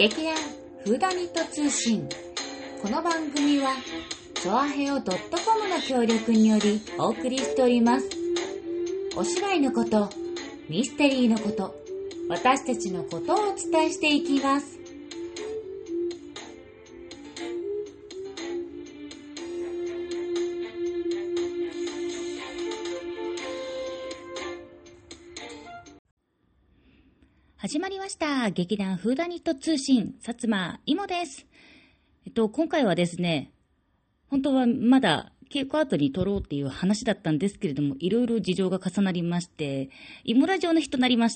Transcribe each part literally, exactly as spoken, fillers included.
劇団フーダニット通信。この番組はチョアヘオ .com の協力によりお送りしております。お芝居のこと、ミステリーのこと、私たちのことをお伝えしていきます。始まりました。劇団フーダニット通信、薩摩いもです。えっと、今回はですね、本当はまだ稽古後に撮ろうっていう話だったんですけれども、いろいろ事情が重なりまして、いもラジオの日となりました。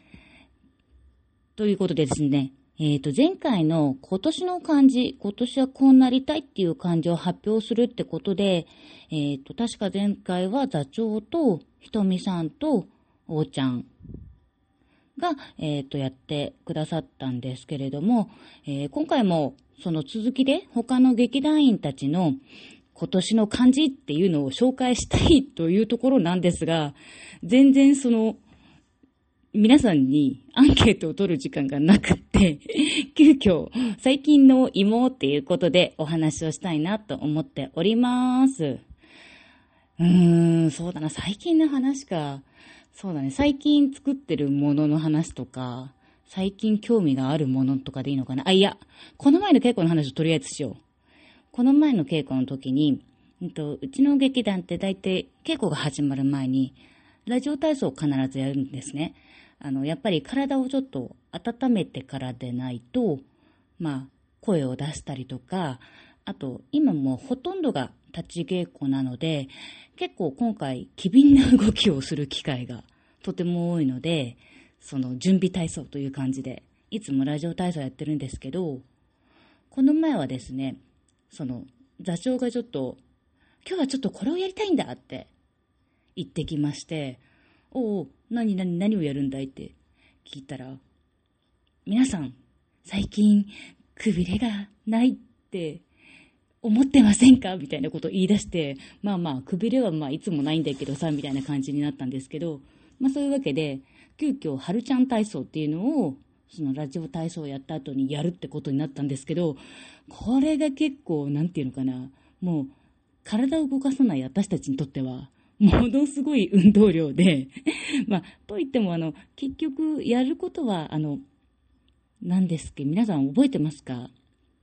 ということでですね、えっと、前回の今年の漢字、今年はこうなりたいっていう漢字を発表するってことで、えっと、確か前回は座長とひとみさんとおーちゃんが、えっと、やってくださったんですけれども、えー、今回もその続きで他の劇団員たちの今年の漢字っていうのを紹介したいというところなんですが、全然その皆さんにアンケートを取る時間がなくって、急遽最近の芋っていうことでお話をしたいなと思っております。うーん、そうだな、最近の話か。そうだね、最近作ってるものの話とか、最近興味があるものとかでいいのかな。あ、いや、この前の稽古の話をとりあえずしよう。この前の稽古の時に、うんと、うちの劇団って大体稽古が始まる前に、ラジオ体操を必ずやるんですね。あの、やっぱり体をちょっと温めてからでないと、まあ、声を出したりとか、あと、今もうほとんどが立ち稽古なので、結構今回機敏な動きをする機会がとても多いので、その準備体操という感じで、いつもラジオ体操やってるんですけど、この前はですね、その座長がちょっと、今日はちょっとこれをやりたいんだって言ってきまして、おう、何何何をやるんだいって聞いたら、皆さん、最近くびれがないって思ってませんかみたいなことを言い出して、まあまあ、くびれはまあいつもないんだけどさ、みたいな感じになったんですけど、まあそういうわけで、急遽、はるちゃん体操っていうのを、そのラジオ体操をやった後にやるってことになったんですけど、これが結構、なんていうのかな、もう、体を動かさない私たちにとっては、ものすごい運動量で、まあ、といっても、あの、結局、やることは、あの、何ですっけ、皆さん覚えてますか？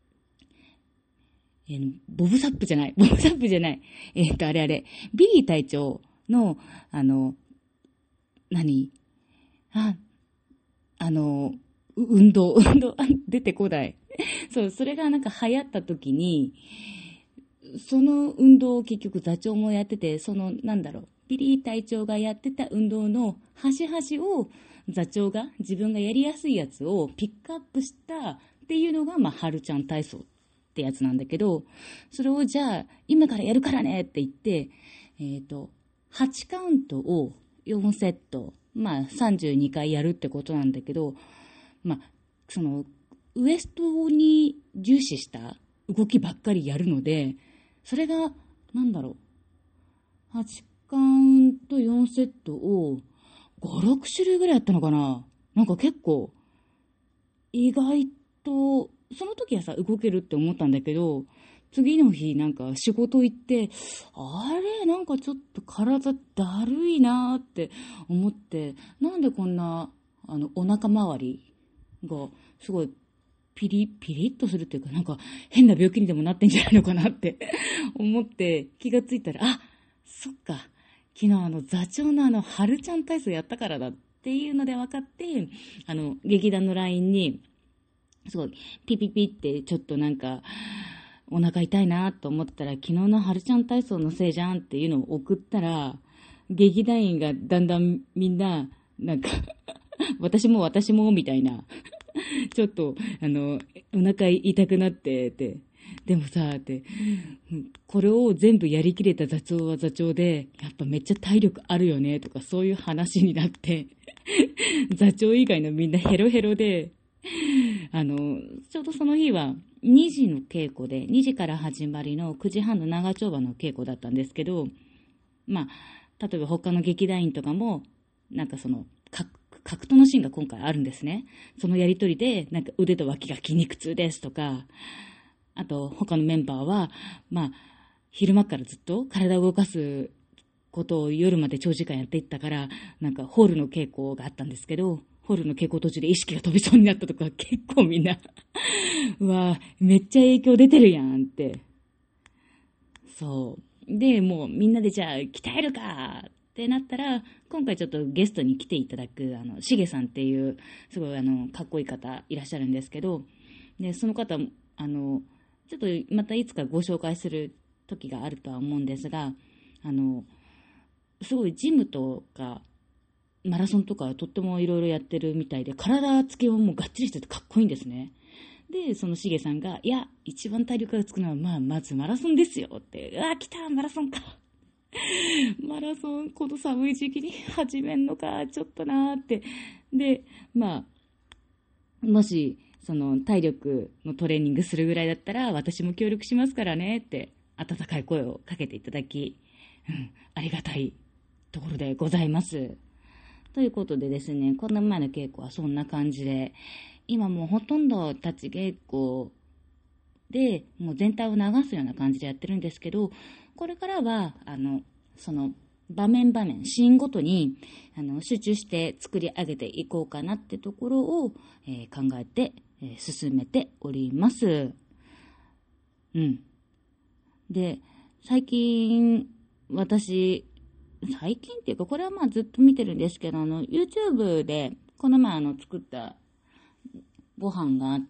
えー、ボブサップじゃない。ボブサップじゃない。えっと、あれあれ。ビリー隊長の、あの、何あ、あの、運動、運動、出てこない。そう、それがなんか流行った時に、その運動を結局座長もやってて、その、なんだろう、ビリー隊長がやってた運動の端々を座長が自分がやりやすいやつをピックアップしたっていうのが、まあ、はるちゃん体操ってやつなんだけど、それをじゃあ、今からやるからねって言って、えっと、はちカウントをよんセット、まあ、さんじゅうにかいやるってことなんだけど、まあ、その、ウエストに重視した動きばっかりやるので、それが、なんだろう、はちカウントよんセットをご、ろく種類ぐらいやったのかな。なんか結構、意外と、その時はさ、動けるって思ったんだけど、次の日なんか仕事行って、あれなんかちょっと体だるいなーって思って、なんでこんな、あの、お腹周りがすごいピリピリッとするっていうか、なんか変な病気にでもなってんじゃないのかなって思って気がついたら、あ、そっか、昨日あの座長のあのはるちゃん体操やったからだっていうので分かって、あの劇団の ライン にすごいピピピってちょっとなんかお腹痛いなと思ったら、昨日のはるちゃん体操のせいじゃんっていうのを送ったら、劇団員がだんだんみんななんか私も私もみたいなちょっとあのお腹痛くなってて、でもさってこれを全部やりきれた座長は座長で、やっぱめっちゃ体力あるよねとかそういう話になって座長以外のみんなヘロヘロで、あのちょうどその日はにじの稽古で、にじから始まりのくじはんの長丁場の稽古だったんですけど、まあ例えば他の劇団員とかもなんかその各格闘のシーンが今回あるんですね。そのやりとりで、なんか腕と脇が筋肉痛ですとか、あと他のメンバーは、まあ、昼間からずっと体を動かすことを夜まで長時間やっていったから、なんかホールの稽古があったんですけど、ホールの稽古途中で意識が飛びそうになったとか、結構みんな、うわめっちゃ影響出てるやんって。そう。で、もうみんなでじゃあ鍛えるかってなったら、今回ちょっとゲストに来ていただく、あの、しげさんっていう、すごいあの、かっこいい方いらっしゃるんですけど、で、その方、あの、ちょっとまたいつかご紹介する時があるとは思うんですが、あの、すごいジムとか、マラソンとかとってもいろいろやってるみたいで、体つきももうがっちりしててかっこいいんですね。で、そのしげさんが、いや、一番体力がつくのは、まあ、まずマラソンですよって、うわ、来た、マラソンか。マラソン、この寒い時期に始めんのか、ちょっとなーって。で、まあ、もし、その体力のトレーニングするぐらいだったら、私も協力しますからねって、温かい声をかけていただき、うん、ありがたいところでございます。ということでですね、この前の稽古はそんな感じで、今もうほとんど立ち稽古で、もう全体を流すような感じでやってるんですけど、これからは、あの、その、場面場面、シーンごとに、あの、集中して作り上げていこうかなってところを、えー、考えて、えー、進めております。うん。で、最近、私、最近っていうか、これはまあずっと見てるんですけど、あの、YouTube で、この前あの、作ったご飯があって、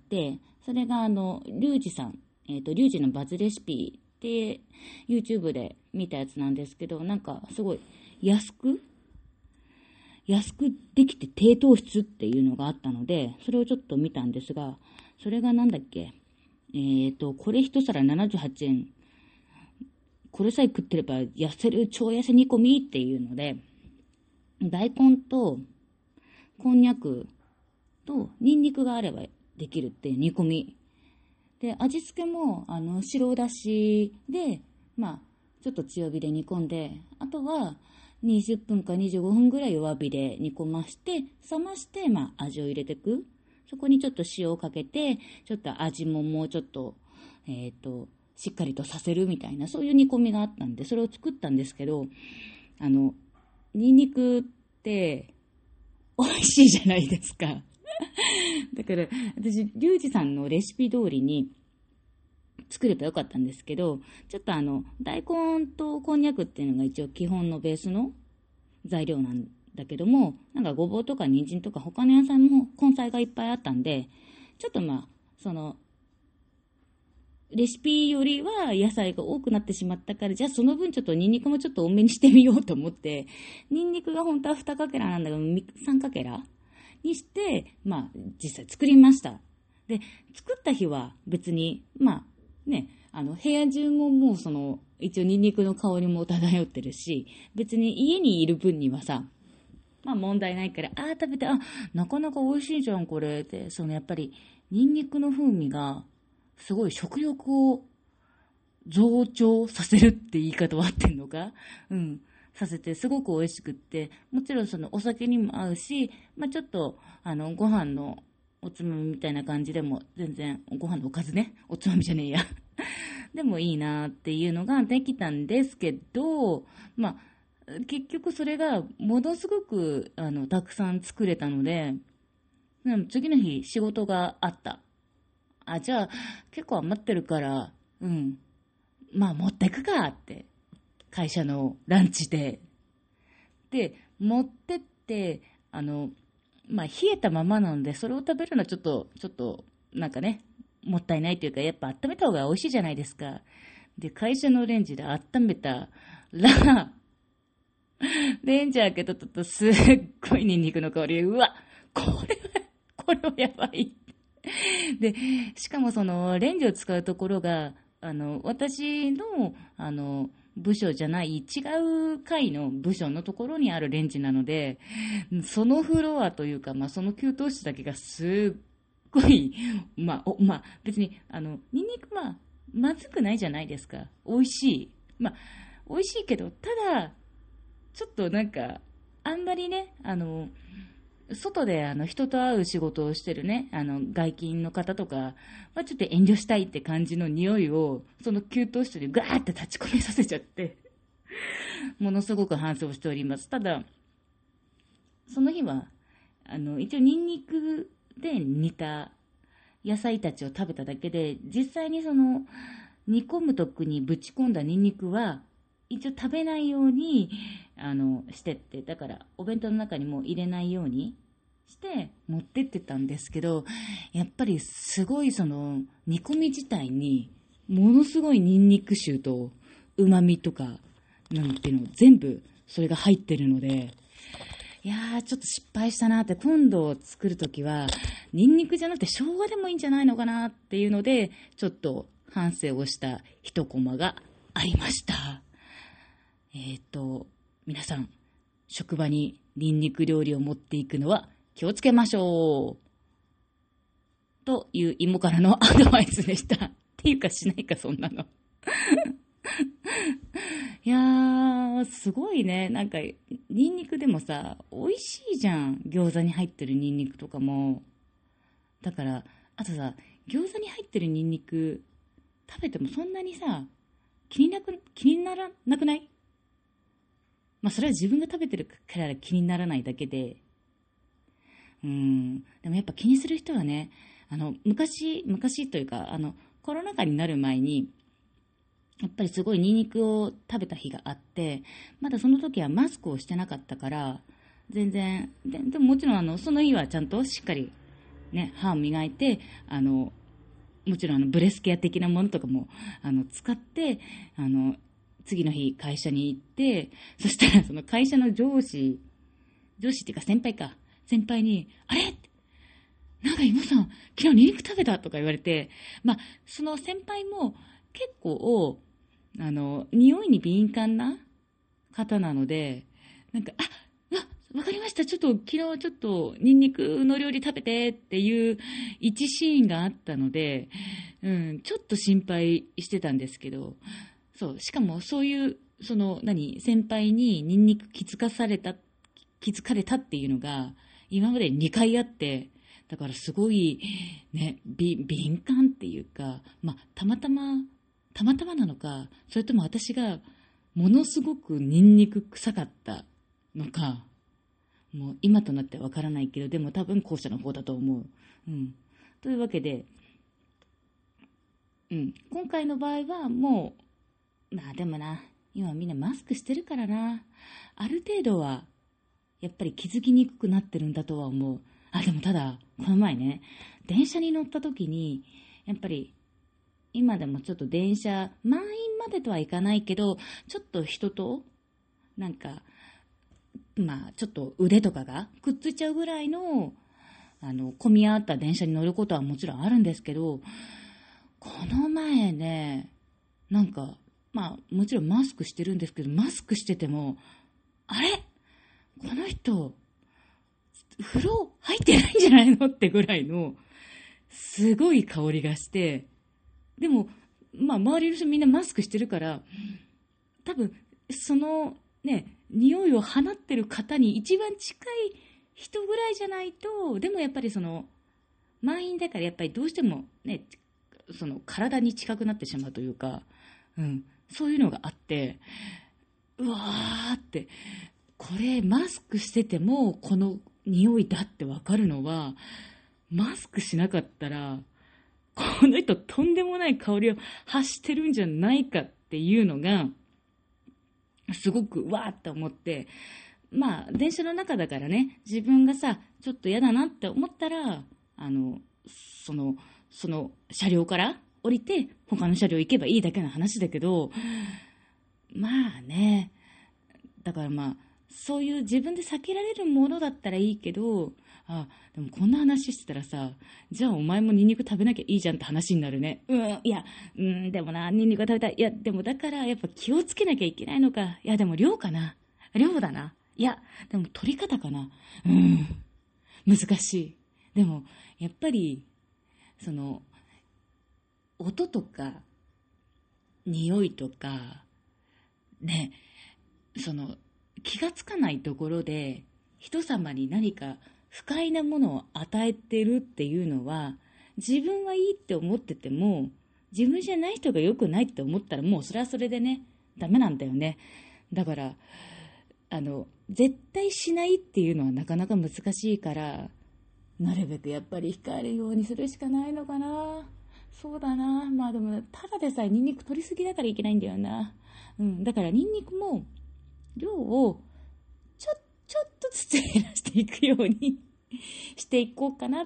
それがあの、リュウジさん、えっと、リュウジのバズレシピって YouTube で見たやつなんですけど、なんかすごい安く、安くできて低糖質っていうのがあったので、それをちょっと見たんですが、それがなんだっけ、えっと、これ一皿ななじゅうはちえん。これさえ食ってれば痩せる超痩せ煮込みっていうので、大根とこんにゃくとニンニクがあればできるって煮込み。で、味付けも、あの、白だしで、まあ、ちょっと強火で煮込んで、あとはにじゅっぷんかにじゅうごふんぐらい弱火で煮込まして、冷まして、まあ、味を入れていく。そこにちょっと塩をかけて、ちょっと味ももうちょっと、えっと、しっかりとさせるみたいな、そういう煮込みがあったんで、それを作ったんですけど、あの、ニンニクって美味しいじゃないですか。だから、私、リュウジさんのレシピ通りに作ればよかったんですけど、ちょっとあの、大根とこんにゃくっていうのが一応基本のベースの材料なんだけども、なんかごぼうとか人参とか他の野菜も根菜がいっぱいあったんで、ちょっとまあ、その、レシピよりは野菜が多くなってしまったから、じゃあその分ちょっとニンニクもちょっと多めにしてみようと思って、ニンニクが本当はにかけらなんだけど、さんかけらにして、まあ実際作りました。で、作った日は別に、まあね、あの部屋中ももうその、一応ニンニクの香りも漂ってるし、別に家にいる分にはさ、まあ問題ないから、ああ食べて、あ、なかなか美味しいじゃんこれって、そのやっぱりニンニクの風味が、すごい食欲を増長させるって言い方は合ってんのかうん。させて、すごく美味しくって、もちろんそのお酒にも合うし、まあちょっと、あの、ご飯のおつまみみたいな感じでも、全然、ご飯のおかずね、おつまみじゃねえや。でもいいなっていうのができたんですけど、まあ、結局それがものすごく、あの、たくさん作れたので、次の日仕事があった。あ、じゃあ、結構余ってるから、うん。まあ、持ってくかって。会社のランチで。で、持ってって、あの、まあ、冷えたままなので、それを食べるのはちょっと、ちょっと、なんかね、もったいないというか、やっぱ温めた方が美味しいじゃないですか。で、会社のレンジで温めたら、レンジ開けたとすっごいニンニクの香りで、うわ、これは、これはやばい。で、しかもそのレンジを使うところが、あの、私の、あの、部署じゃない違う階の部署のところにあるレンジなので、そのフロアというか、まあ、その給湯室だけがすっごい、まあ、おまあ、別に、あの、ニンニク、まあ、まずくないじゃないですか。美味しい。まあ、美味しいけど、ただ、ちょっとなんか、あんまりね、あの、 外であの人と会う仕事をしてるね、あの外勤の方とかはちょっと遠慮したいって感じの匂いを、その給湯室にガーって立ち込めさせちゃって、ものすごく反省をしております。ただ、その日は、あの、一応ニンニクで煮た野菜たちを食べただけで、実際にその、煮込むときにぶち込んだニンニクは、一応食べないように、あの、してって、だからお弁当の中にも入れないようにして持ってってたんですけど、やっぱりすごいその、煮込み自体に、ものすごいニンニク臭と旨味とか、なんていうの、全部それが入ってるので、いやー、ちょっと失敗したなって、今度作るときは、ニンニクじゃなくて生姜でもいいんじゃないのかなっていうので、ちょっと反省をした一コマがありました。えっと、皆さん、職場にニンニク料理を持っていくのは気をつけましょう。という芋からのアドバイスでした。っていうかしないか、そんなの。いやー、すごいね。なんか、ニンニクでもさ、美味しいじゃん。餃子に入ってるニンニクとかも。だから、あとさ、餃子に入ってるニンニク、食べてもそんなにさ、気になく、気にならなくない？まあ、それは自分が食べてるから気にならないだけで。うーん。でもやっぱ気にする人はね、あの、昔、昔というか、あの、コロナ禍になる前に、やっぱりすごいニンニクを食べた日があって、まだその時はマスクをしてなかったから、全然、で、でももちろんあの、その日はちゃんとしっかりね、歯を磨いて、あの、もちろんあの、ブレスケア的なものとかも、あの、使って、あの、次の日会社に行って、そしたらその会社の上司、上司っていうか先輩か、先輩に、あれなんか今さん、昨日ニンニク食べたとか言われて、まあ、その先輩も結構、あの、匂いに敏感な方なので、なんか、あ、わ、わかりました。ちょっと昨日ちょっとニンニクの料理食べてっていう一シーンがあったので、うん、ちょっと心配してたんですけど、そう、しかもそういう、その、何、先輩にニンニク気づかされた、気づかれたっていうのが、今までにかいあって、だからすごい、ね、び敏感っていうか、まあ、たまたま、たまたまなのか、それとも私がものすごくニンニク臭かったのか、もう今となってはわからないけど、でも多分後者の方だと思う。うん。というわけで、うん。今回の場合はもう、まあでもな、今みんなマスクしてるからな。ある程度は、やっぱり気づきにくくなってるんだとは思う。あ、でもただ、この前ね、電車に乗った時に、やっぱり、今でもちょっと電車、満員までとはいかないけど、ちょっと人と、なんか、まあ、ちょっと腕とかがくっついちゃうぐらいの、あの、混み合った電車に乗ることはもちろんあるんですけど、この前ね、なんか、まあ、もちろんマスクしてるんですけど、マスクしてても、あれこの人、風呂入ってないんじゃないのってぐらいの、すごい香りがして、でも、まあ、周りの人みんなマスクしてるから、多分、その、ね、匂いを放ってる方に一番近い人ぐらいじゃないと、でもやっぱりその、満員だからやっぱりどうしてもね、その体に近くなってしまうというか、うん、そういうのがあって、うわーって、これマスクしててもこの匂いだってわかるのは、マスクしなかったら、この人とんでもない香りを発してるんじゃないかっていうのが、すごくわーって思って、まあ、電車の中だからね、自分がさ、ちょっと嫌だなって思ったら、あの、その、その車両から降りて、他の車両行けばいいだけの話だけど、まあね、だからまあ、そういう自分で避けられるものだったらいいけど、あ、でもこんな話してたらさ、じゃあお前もニンニク食べなきゃいいじゃんって話になるね。うん、いや、うん、でもな、ニンニク食べたい。いや、でもだからやっぱ気をつけなきゃいけないのか。いや、でも量かな。量だな。いや、でも取り方かな。うん、難しい。でも、やっぱり、その、音とか、匂いとか、ね、その、気がつかないところで、人様に何か不快なものを与えてるっていうのは、自分はいいって思ってても、自分じゃない人が良くないって思ったら、もうそれはそれでね、ダメなんだよね。だから、あの、絶対しないっていうのはなかなか難しいから、なるべくやっぱり控えるようにするしかないのかな。そうだな。まあでも、ただでさえニンニク取りすぎだからいけないんだよな。うん。だからニンニクも、量を、ちょ、ちょっとずつ減らしていくようにしていこうかなって、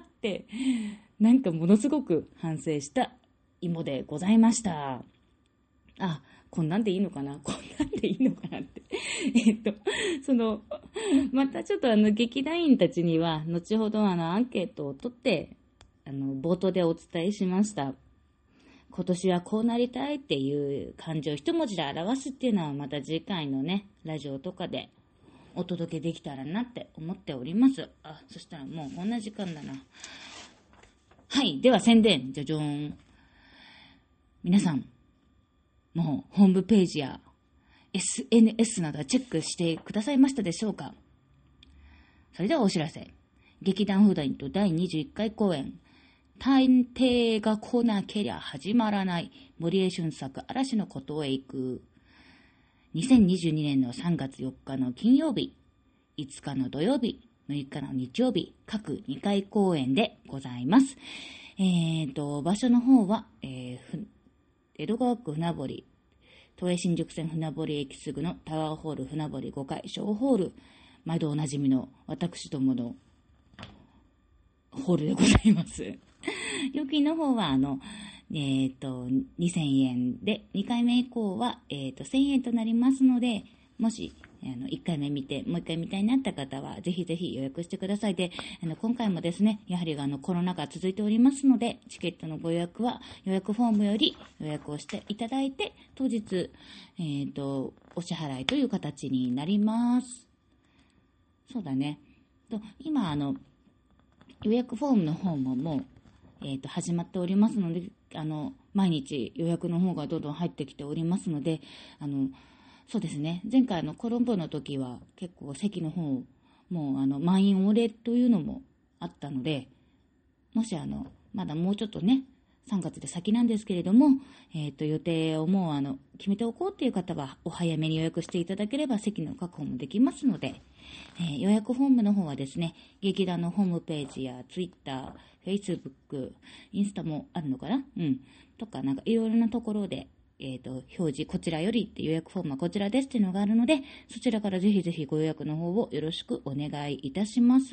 なんかものすごく反省した芋でございました。あ、こんなんでいいのかなこんなんでいいのかなってえっと、その、またちょっとあの、劇団員たちには、後ほどあの、アンケートを取って、あの、冒頭でお伝えしました。今年はこうなりたいっていう感情を一文字で表すっていうのは、また次回のね、ラジオとかでお届けできたらなって思っております。あ、そしたらもうこんな時間だな。はい、では宣伝、じゃじゃーん。皆さん、もうホームページや エスエヌエス などはチェックしてくださいましたでしょうか。それではお知らせ。劇団フーダインとだいにじゅういっかい公演、探偵が来なけりゃ始まらない森江俊作嵐のことへ行く。にせんにじゅうにねんのさんがつよっかの金曜日、いつかの土曜日、むいかの日曜日、各にかい公演でございます。えーと、場所の方は、えー、江戸川区船堀、都営新宿線船堀駅すぐのタワーホール船堀ごかい小ホール、毎度おなじみの私どものホールでございます。料金の方は、あの、えっと、にせんえんで、にかいめ以降は、えっと、せんえんとなりますので、もし、あの、いっかいめ見て、もういっかい見たいになった方は、ぜひぜひ予約してください。で、あの、今回もですね、やはりあの、コロナ禍続いておりますので、チケットのご予約は、予約フォームより予約をしていただいて、当日、えっと、お支払いという形になります。そうだね。と、今、あの、予約フォームの方ももう、えっと、始まっておりますので、あの、毎日予約の方がどんどん入ってきておりますので、あの、そうですね、前回のコロンボの時は結構席の方、もうあの、満員御礼というのもあったので、もしあの、まだもうちょっとね、さんがつで先なんですけれども、えっと、予定をもうあの、決めておこうっていう方は、お早めに予約していただければ席の確保もできますので、えー、予約フォームの方はですね、劇団のホームページやツイッター、フェイスブック、インスタもあるのかなうん。とか、なんかいろいろなところで、えっと、表示、こちらよりって予約フォームはこちらですっていうのがあるので、そちらからぜひぜひご予約の方をよろしくお願いいたします。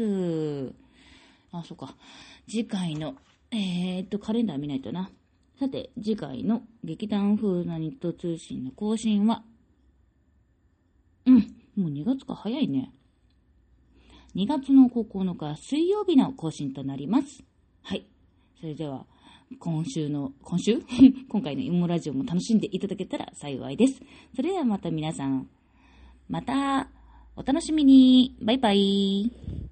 あ、そうか。次回の、えー、っと、カレンダー見ないとな。さて、次回の劇団風なニット通信の更新は、うん、もうにがつか早いね。にがつのここのか水曜日の更新となります。はい。それでは、今週の、今週今回のイモラジオも楽しんでいただけたら幸いです。それではまた皆さん、またお楽しみに。バイバイ。